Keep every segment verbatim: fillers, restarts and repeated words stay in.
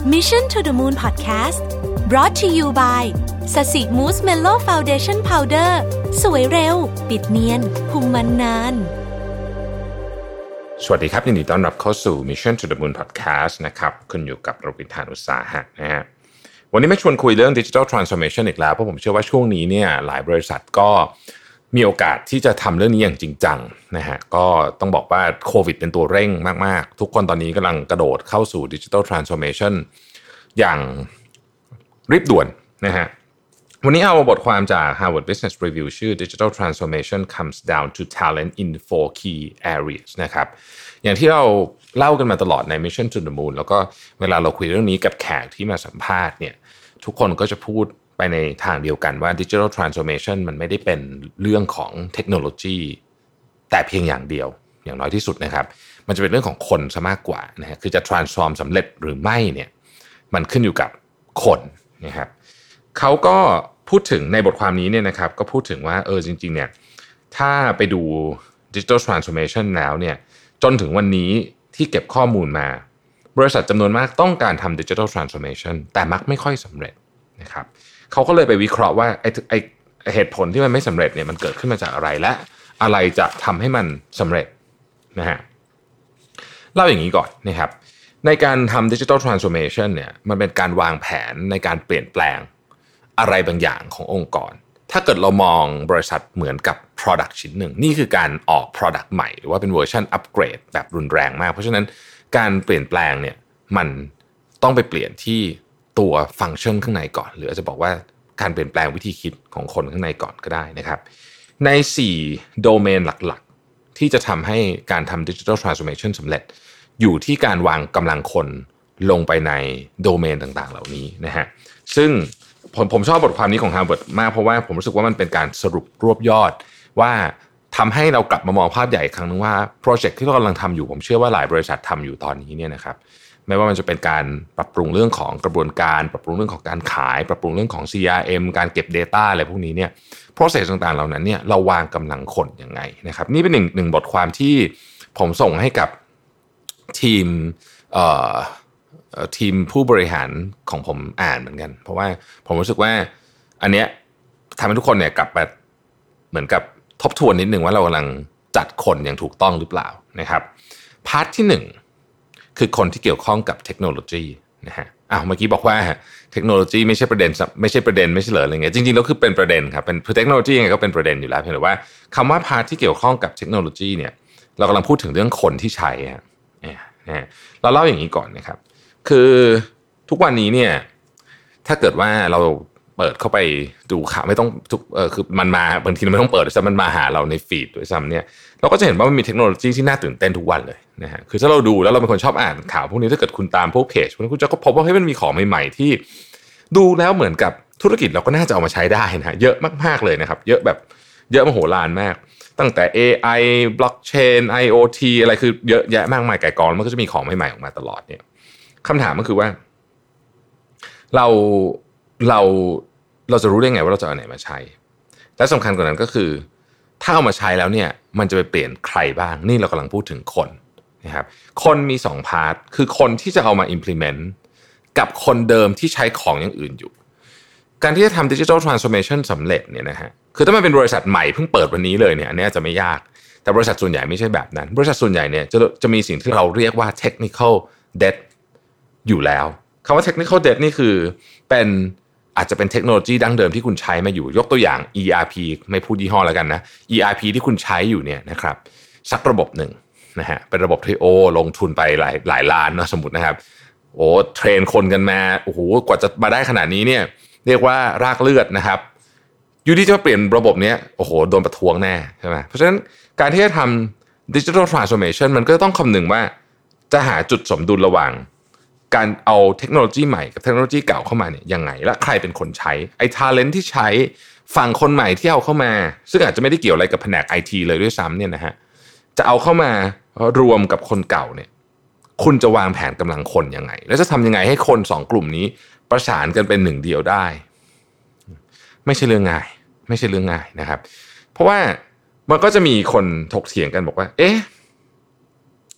Mission to the Moon Podcast brought to you by สสิมูสเมลโล่ฟาวเดชั่นพาวเดอร์สวยเร็วปิดเนียนคุมมันนานสวัสดีครับยินดีต้อนรับเข้าสู่ Mission to the Moon Podcast นะครับคุณอยู่กับรวิน ธารอุตสาหะนะฮะวันนี้มาชวนคุยเรื่อง Digital Transformation อีกแล้วเพราะผมเชื่อว่าช่วงนี้เนี่ยหลายบริษัทก็มีโอกาสที่จะทำเรื่องนี้อย่างจริงจังนะฮะก็ต้องบอกว่าโควิดเป็นตัวเร่งมากๆทุกคนตอนนี้กำลังกระโดดเข้าสู่ Digital Transformation อย่างรีบด่วนนะฮะวันนี้เอาบทความจาก Harvard Business Review ชื่อ Digital Transformation comes down to talent in four key areas นะครับอย่างที่เราเล่ากันมาตลอดใน Mission to the Moon แล้วก็เวลาเราคุยเรื่องนี้กับแขกที่มาสัมภาษณ์เนี่ยทุกคนก็จะพูดไปในทางเดียวกันว่า Digital Transformation มันไม่ได้เป็นเรื่องของเทคโนโลยีแต่เพียงอย่างเดียวอย่างน้อยที่สุดนะครับมันจะเป็นเรื่องของคนซะมากกว่านะฮะคือจะ transform สำเร็จหรือไม่เนี่ยมันขึ้นอยู่กับคนนะครับเขาก็พูดถึงในบทความนี้เนี่ยนะครับก็พูดถึงว่าเออจริงๆเนี่ยถ้าไปดู Digital Transformation แล้วเนี่ยจนถึงวันนี้ที่เก็บข้อมูลมาบริษัทจำนวนมากต้องการทำ Digital Transformation แต่มักไม่ค่อยสำเร็จนะครับเขาก็เลยไปวิเคราะห์ว่าไอ้ไอ้เหตุผลที่มันไม่สำเร็จเนี่ยมันเกิดขึ้นมาจากอะไรและอะไรจะทำให้มันสำเร็จนะฮะเล่าอย่างนี้ก่อนนะครับในการทำ Digital Transformation เนี่ยมันเป็นการวางแผนในการเปลี่ยนแปลงอะไรบางอย่างขององค์กรถ้าเกิดเรามองบริษัทเหมือนกับ product ชิ้นหนึ่งนี่คือการออก product ใหม่หรือว่าเป็นเวอร์ชันอัปเกรดแบบรุนแรงมากเพราะฉะนั้นการเปลี่ยนแปลงเนี่ยมันต้องไปเปลี่ยนที่ตัวฟังก์ชันข้างในก่อนหรืออาจจะบอกว่าการเปลี่ยนแปลงวิธีคิดของคนข้างในก่อนก็ได้นะครับในสี่โดเมนหลักๆที่จะทำให้การทำ Digital Transformation สำเร็จอยู่ที่การวางกำลังคนลงไปในโดเมนต่างๆเหล่านี้นะฮะซึ่งผมผมชอบบทความนี้ของ Harvard มากเพราะว่าผมรู้สึกว่ามันเป็นการสรุปรวบยอดว่าทำให้เรากลับมามองภาพใหญ่อีกครั้งนึงว่าโปรเจกต์ที่เรากำลังทำอยู่ผมเชื่อว่าหลายบริษัททำอยู่ตอนนี้เนี่ยนะครับไม่ว่ามันจะเป็นการปรับปรุงเรื่องของกระบวนการปรับปรุงเรื่องของการขายปรับปรุงเรื่องของ ซี อาร์ เอ็ม การเก็บ data อะไรพวกนี้เนี่ย process ต่างๆเหล่านั้นเนี่ยเราวางกำลังคนยังไงนะครับนี่เป็นหนึ่งหนึ่งบทความที่ผมส่งให้กับทีมเอ่อทีมผู้บริหารของผมอ่านเหมือนกันเพราะว่าผมรู้สึกว่าอันเนี้ยทำให้ทุกคนเนี่ยกลับมาเหมือนกับทบทวนนิดนึงว่าเรากำลังจัดคนอย่างถูกต้องหรือเปล่านะครับพาร์ทที่หนึ่งคือคนที่เกี่ยวข้องกับเทคโนโลยีนะฮะอ้าวเมื่อกี้บอกว่าเทคโนโลยีไม่ใช่ประเด็นไม่ใช่ประเด็นไม่ใช่เหรออะไรเงี้ยจริงๆแล้วคือเป็นประเด็นครับเป็นเทคโนโลยียังไงก็เป็นประเด็นอยู่แล้วเพียงแต่ว่าคำว่าพาร์ทที่เกี่ยวข้องกับเทคโนโลยีเนี่ยเรากำลังพูดถึงเรื่องคนที่ใช้ฮะเนี่ยเราเล่าอย่างนี้ก่อนนะครับคือทุกวันนี้เนี่ยถ้าเกิดว่าเราเปิดเข้าไปดูข่าวไม่ต้องทุกเออคือมันมาบางทีมันไม่ต้องเปิดแต่มันมาหาเราในฟีดด้วยซ้ำเนี่ยเราก็จะเห็นว่ามันมีเทคโนโลยีที่น่าตื่นเต้นทุกวันเลยนะฮะคือถ้าเราดูแล้วเราเป็นคนชอบอ่านข่าวพวกนี้ถ้าเกิดคุณตามพวกเพจคุณจะก็พบว่าเฮ้ยมันมีของใหม่ๆที่ดูแล้วเหมือนกับธุรกิจเราก็น่าจะเอามาใช้ได้นะเยอะมากๆเลยนะครับเยอะแบบเยอะมโหฬารมากตั้งแต่ เอ ไอ Blockchain ไอ โอ ที อะไรคือเยอะแยะมากมายไก่กองมันก็จะมีของใหม่ๆออกมาตลอดเนี่ยคำถามก็คือว่าเราเราเราจะรู้ได้ไงว่าเราจะเอาไหนมาใช้และสำคัญกว่านั้นก็คือถ้าเอามาใช้แล้วเนี่ยมันจะไปเปลี่ยนใครบ้างนี่เรากำลังพูดถึงคนนะครับคนมีสองพาร์ทคือคนที่จะเอามา implement กับคนเดิมที่ใช้ของอย่างอื่นอยู่การที่จะทำ Digital Transformation สำเร็จเนี่ยนะฮะคือถ้ามันเป็นบริษัทใหม่เพิ่งเปิดวันนี้เลยเนี่ยอันนี้จะไม่ยากแต่บริษัทส่วนใหญ่ไม่ใช่แบบนั้นบริษัทส่วนใหญ่เนี่ยจะจะมีสิ่งที่เราเรียกว่า technical debt อยู่แล้วคำว่า technical debt นี่คือเป็นอาจจะเป็นเทคโนโลยีดั้งเดิมที่คุณใช้มาอยู่ยกตัวอย่าง อี อาร์ พี ไม่พูดยี่ห้อแล้วกันนะ อี อาร์ พี ที่คุณใช้อยู่เนี่ยนะครับสักระบบหนึ่งนะฮะเป็นระบบที่โอลงทุนไปหลายหลายล้านนะสมมุตินะครับโอ้เทรนคนกันมาโอ้โหกว่าจะมาได้ขนาดนี้เนี่ยเรียกว่ารากเลือดนะครับอยู่ที่จะมาเปลี่ยนระบบนี้โอ้โหโดนประท้วงแน่ใช่ไหมเพราะฉะนั้นการที่จะทำ Digital Transformation มันก็ต้องคำนึงว่าจะหาจุดสมดุลระหว่างการเอาเทคโนโลยีใหม่กับเทคโนโลยีเก่าเข้ามาเนี่ยยังไงและใครเป็นคนใช้ไอ้ talent ที่ใช้ฝั่งคนใหม่ที่เอาเข้ามาซึ่งอาจจะไม่ได้เกี่ยวอะไรกับแผนก ไอ ที เลยด้วยซ้ำเนี่ยนะฮะจะเอาเข้ามารวมกับคนเก่าเนี่ยคุณจะวางแผนกำลังคนยังไงแล้วจะทำยังไงให้คนสองกลุ่มนี้ประสานกันเป็นหนึ่งเดียวได้ไม่ใช่เรื่องง่ายไม่ใช่เรื่องง่ายนะครับเพราะว่ามันก็จะมีคนถกเถียงกันบอกว่าเอ๊ะ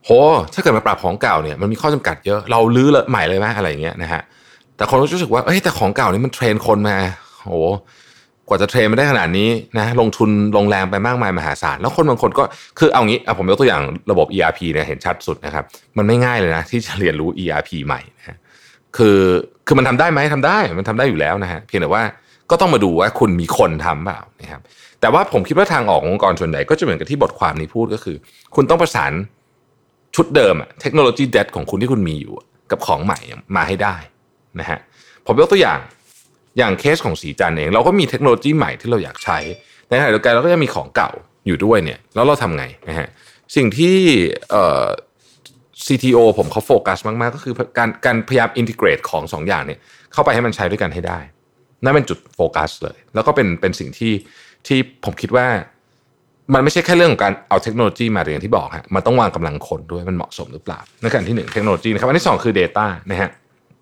โหถ้าเกิดมาปรับของเก่าเนี่ยมันมีข้อจำกัดเยอะเราลื้อเลยใหม่เลยไหมอะไรอย่างเงี้ยนะฮะแต่คนรู้สึกว่าเอ้ยแต่ของเก่านี่มันเทรนคนมาโหกว่าจะเทรนมาได้ขนาดนี้นะลงทุนลงแรงไปมากมายมหาศาลแล้วคนบางคนก็คือเอางี้ผมยกตัวอย่างระบบ อี อาร์ พี เนี่ยเห็นชัดสุดนะครับมันไม่ง่ายเลยนะที่จะเรียนรู้ อี อาร์ พี ใหม่นะคือคือมันทำได้ไหมทำได้มันทำได้อยู่แล้วนะฮะเพียงแต่ว่าก็ต้องมาดูว่าคุณมีคนทำเปล่านะครับแต่ว่าผมคิดว่าทางออกขององค์กรส่วนใหญ่ก็จะเหมือนกับที่บทความนี้พูดก็คือคุณต้องประสานชุดเดิมอะเทคโนโลยีเด็ดของคุณที่คุณมีอยู่กับของใหม่มาให้ได้นะฮะผมยกตัวอย่างอย่างเคสของสีจันทร์เองเราก็มีเทคโนโลยีใหม่ที่เราอยากใช้ในขณะเดียวกันเราก็ยังมีของเก่าอยู่ด้วยเนี่ยแล้วเราทำไงนะฮะสิ่งที่เอ่อ ซี ที โอ ผมเขาโฟกัสมากๆก็คือการการพยายามอินทิเกรตของสองอย่างเนี่ยเข้าไปให้มันใช้ด้วยกันให้ได้นั่นเป็นจุดโฟกัสเลยแล้วก็เป็นเป็นสิ่งที่ที่ผมคิดว่ามันไม่ใช่แค่เรื่องของการเอาเทคโนโลยีมาอย่างที่บอกฮะมันต้องวางกำลังคนด้วยมันเหมาะสมหรือเปล่าในขั้นที่หนึ่งเทคโนโลยีนะครับอันที่สองคือ data นะฮะ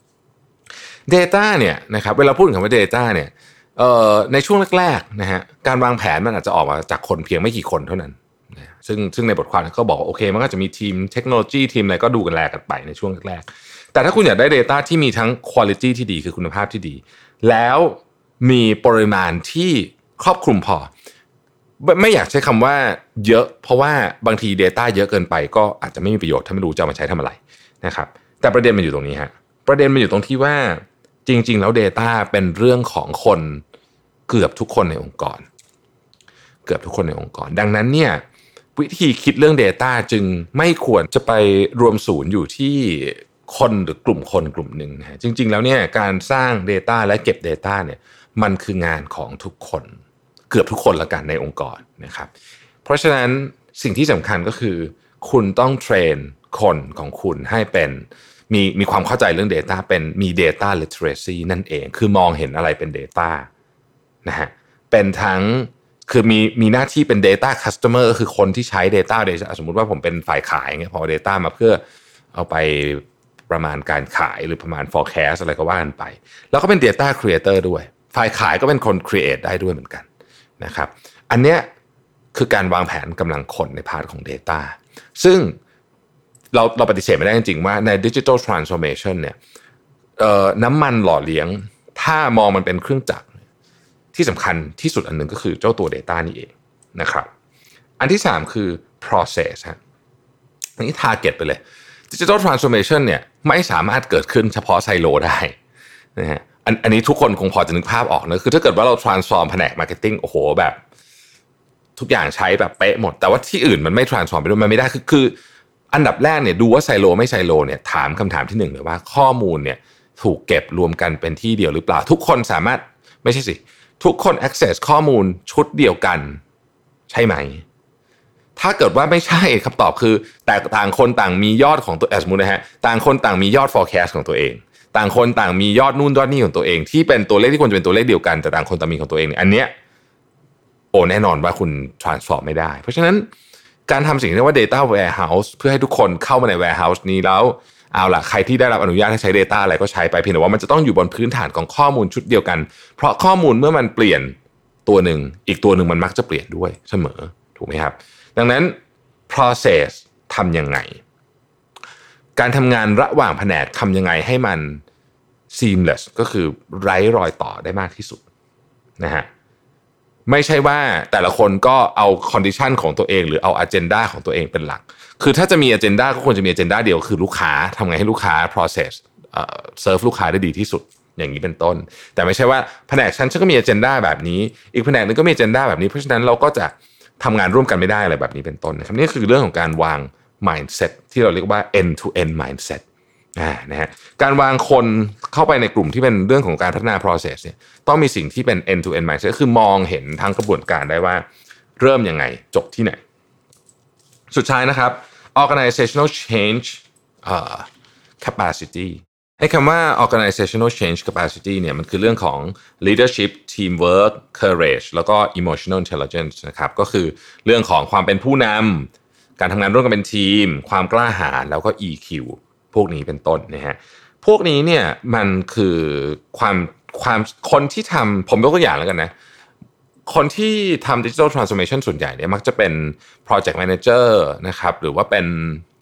data เนี่ยนะครับเวลาพูดถึงคำว่า data เนี่ยเอ่อในช่วงแรกๆนะฮะการวางแผนมันอาจจะออกมาจากคนเพียงไม่กี่คนเท่านั้นนะซึ่งซึ่งในบทความก็บอกว่าโอเคมันก็จะมีทีมเทคโนโลยีทีมอะไรก็ดูกันแลกันไปในช่วงแรกๆแต่ถ้าคุณอยากได้ data ที่มีทั้ง quality ที่ดีคือคุณภาพที่ดีแล้วมีปริมาณที่ครอบคลุมพอไม่อยากใช้คำว่าเยอะเพราะว่าบางที data เยอะเกินไปก็อาจจะไม่มีประโยชน์ถ้าไม่รู้จะเอามาใช้ทำอะไรนะครับแต่ประเด็นมันอยู่ตรงนี้ฮะประเด็นมันอยู่ตรงที่ว่าจริงๆแล้ว data เป็นเรื่องของคนเกือบทุกคนในองค์กรเกือบทุกคนในองค์กรดังนั้นเนี่ยวิธีคิดเรื่อง data จึงไม่ควรจะไปรวมศูนย์อยู่ที่คนหรือกลุ่มคนกลุ่มหนึ่งนะฮะจริงๆแล้วเนี่ยการสร้าง data และเก็บ data เนี่ยมันคืองานของทุกคนเกือบทุกคนละกันในองค์กรนะครับเพราะฉะนั้นสิ่งที่สำคัญก็คือคุณต้องเทรนคนของคุณให้เป็นมีมีความเข้าใจเรื่อง data เป็นมี data literacy นั่นเองคือมองเห็นอะไรเป็น data นะฮะเป็นทั้งคือมีมีหน้าที่เป็น data customer ก็คือคนที่ใช้ data สมมุติว่าผมเป็นฝ่ายขายเงี้ยพอ data มาเพื่อเอาไปประมาณการขายหรือประมาณ forecast อะไรก็ว่ากันไปแล้วก็เป็น data creator ด้วยฝ่ายขายก็เป็นคน create ได้ด้วยเหมือนกันนะครับอันเนี้ยคือการวางแผนกำลังคนในพาร์ทของ data ซึ่งเราเราปฏิเสธไม่ได้จริงๆว่าใน digital transformation เนี่ยเอ่อน้ำมันหล่อเลี้ยงถ้ามองมันเป็นเครื่องจักรที่สำคัญที่สุดอันหนึ่งก็คือเจ้าตัว data นี่เองนะครับอันที่สามคือ process ฮะอันนี้ target ไปเลย digital transformation เนี่ยไม่สามารถเกิดขึ้นเฉพาะไซโลได้นะฮะอันอันนี้ทุกคนคงพอจะนึกภาพออกนะคือถ้าเกิดว่าเรา transform แผนก marketing โอ้โหแบบทุกอย่างใช้แบบเป๊ะหมดแต่ว่าที่อื่นมันไม่ transform ไปด้วยมันไม่ได้คือคืออันดับแรกเนี่ยดูว่าไซโลไม่ไซโลเนี่ยถามคำถามที่หนึ่งเลยว่าข้อมูลเนี่ยถูกเก็บรวมกันเป็นที่เดียวหรือเปล่าทุกคนสามารถไม่ใช่สิทุกคน access ข้อมูลชุดเดียวกันใช่ไหมถ้าเกิดว่าไม่ใช่คำตอบคือแต่ต่างคนต่างมียอดของตัวสมมุตินะฮะต่างคนต่างมียอด forecast ของตัวเองต่างคนต่างมียอดนู่นยอดนี่ของตัวเองที่เป็นตัวเลขที่ควรจะเป็นตัวเลขเดียวกันแต่ต่างคนต่างมีของตัวเองอันเนี้ยโอ้แน่นอนว่าคุณ transform ไม่ได้เพราะฉะนั้นการทำสิ่งที่เรียกว่า data warehouse เพื่อให้ทุกคนเข้ามาใน warehouse นี้แล้วเอาล่ะใครที่ได้รับอนุญาตให้ใช้ data อะไรก็ใช้ไปเพียงแต่ว่ามันจะต้องอยู่บนพื้นฐานของข้อมูลชุดเดียวกันเพราะข้อมูลเมื่อมันเปลี่ยนตัวหนึ่งอีกตัวหนึ่งมันมักจะเปลี่ยนด้วยเสมอถูกไหมครับดังนั้น process ทำยังไงการทำงานระหว่างแผนกทำยังไงให้มัน seamless ก็คือไร้รอยต่อได้มากที่สุดนะฮะไม่ใช่ว่าแต่ละคนก็เอา condition ของตัวเองหรือเอา agenda ของตัวเองเป็นหลักคือถ้าจะมี agenda ก็ควรจะมี agenda เดียวคือลูกค้าทำไงให้ลูกค้า process เอ่อ serve ลูกค้าได้ดีที่สุดอย่างนี้เป็นต้นแต่ไม่ใช่ว่าแผนกฉันฉันก็มี agenda แบบนี้อีกแผนกนึงก็มี agenda แบบนี้เพราะฉะนั้นเราก็จะทำงานร่วมกันไม่ได้อะไรแบบนี้เป็นต้นนะครับนี่คือเรื่องของการวาง mindset ที่เราเรียกว่า end to end mindset อ่านะฮะการวางคนเข้าไปในกลุ่มที่เป็นเรื่องของการพัฒนา process เนี่ยต้องมีสิ่งที่เป็น end to end mindset ก็คือมองเห็นทั้งกระบวนการได้ว่าเริ่มยังไงจบที่ไหนสุดท้ายนะครับ organizational change uh, capacity ไอ้คำว่า organizational change capacity เนี่ยมันคือเรื่องของ leadership teamwork courage แล้วก็ emotional intelligence นะครับก็คือเรื่องของความเป็นผู้นำการทำงานร่วมกันเป็นทีมความกล้าหาญแล้วก็ อี คิว พวกนี้เป็นต้นนะฮะพวกนี้เนี่ยมันคือความความคนที่ทำผมยกตัวอย่างแล้วกันนะคนที่ทำ digital transformation ส่วนใหญ่เนี่ยมักจะเป็น project manager นะครับหรือว่าเป็น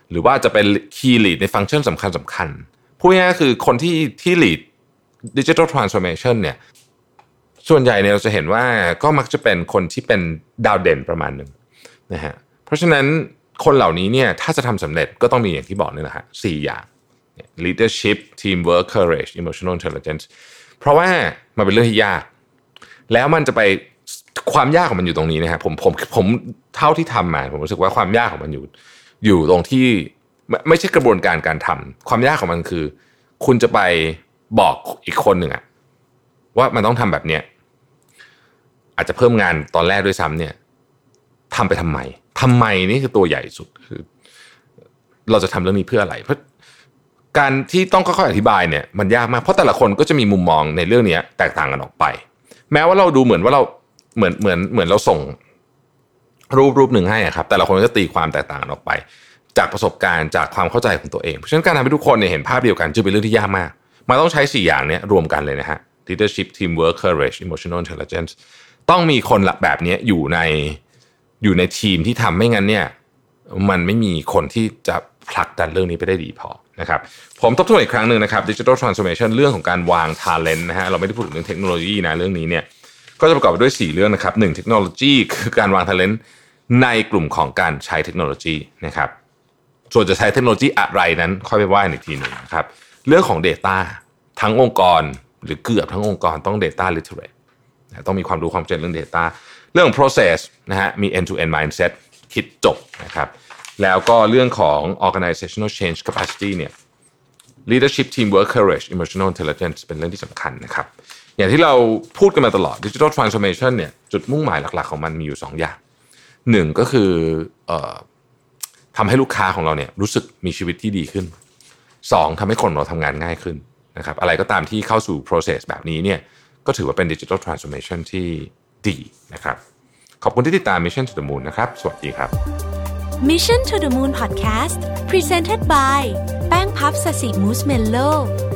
หรือว่าจะเป็น key lead ในฟังก์ชันสำคัญสำคัญพูดง่ายๆคือคนที่ที่ lead digital transformation เนี่ยส่วนใหญ่เนี่ยเราจะเห็นว่าก็มักจะเป็นคนที่เป็นดาวเด่นประมาณหนึ่งนะฮะเพราะฉะนั้นคนเหล่านี้เนี่ยถ้าจะทำสำเร็จก็ต้องมีอย่างที่บอกนี่แหละฮะสี่อย่าง leadership teamwork courage emotional intelligence เพราะว่ามันเป็นเรื่องที่ยากแล้วมันจะไปความยากของมันอยู่ตรงนี้นะฮะผมผมผมเท่าที่ทำมาผมรู้สึกว่าความยากของมันอยู่อยู่ตรงที่ไม่ไม่ใช่กระบวนการการทำความยากของมันคือคุณจะไปบอกอีกคนหนึ่งอะว่ามันต้องทำแบบเนี้ยอาจจะเพิ่มงานตอนแรกด้วยซ้ำเนี่ยทำไปทำไมทำไมนี่คือตัวใหญ่สุดคือเราจะทำเรื่องนี้เพื่ออะไรเพราะการที่ต้องค่อยๆอธิบายเนี่ยมันยากมากเพราะแต่ละคนก็จะมีมุมมองในเรื่องนี้แตกต่างกันออกไปแม้ว่าเราดูเหมือนว่าเราเหมือนเหมือนเหมือนเราส่งรูปรูปหนึ่งให้อะครับแต่ละคนก็จะตีความแตกต่างกันออกไปจากประสบการณ์จากความเข้าใจของตัวเองเพราะฉะนั้นการทำให้ทุกคนเนี่ยเห็นภาพเดียวกันจะเป็นเรื่องที่ยากมากมันต้องใช้สี่อย่างนี้รวมกันเลยนะฮะ leadership teamwork courage emotional intelligence ต้องมีคนแบบนี้อยู่ในอยู่ในทีมที่ทำไม่งั้นเนี่ยมันไม่มีคนที่จะผลักดันเรื่องนี้ไปได้ดีพอนะครับผมทบทวนอีกครั้งหนึ่งนะครับ digital transformation เรื่องของการวาง talent นะฮะเราไม่ได้พูดถึงเรื่องเทคโนโลยีนะเรื่องนี้เนี่ยก็จะประกอบไปด้วยสี่เรื่องนะครับหนึ่งเทคโนโลยีคือการวาง talent ในกลุ่มของการใช้เทคโนโลยีนะครับส่วนจะใช้เทคโนโลยีอะไรนั้นค่อยไปว่ากันอีกทีหนึ่งนะครับเรื่องของ data ทั้งองค์กรหรือเกือบทั้งองค์กรต้อง data literate ต้องมีความรู้ความเข้าใจเรื่อง data เรื่อง process นะฮะมี end to end mindset คิดจบนะครับแล้วก็เรื่องของ organizational change capacity เนี่ย leadership teamwork courage emotional intelligence เป็นเรื่องที่สำคัญนะครับอย่างที่เราพูดกันมาตลอด digital transformation เนี่ยจุดมุ่งหมายหลักๆของมันมีอยู่สองอย่างหนึ่งก็คือเอ่อทำให้ลูกค้าของเราเนี่ยรู้สึกมีชีวิตที่ดีขึ้นสองทำให้คนเราทำงานง่ายขึ้นนะครับอะไรก็ตามที่เข้าสู่ process แบบนี้เนี่ยก็ถือว่าเป็น digital transformation ที่ดีนะครับขอบคุณที่ติดตาม Mission to the Moon นะครับสวัสดีครับ Mission to the Moon Podcast Presented by แป้งพับสสิมูสเมลโล่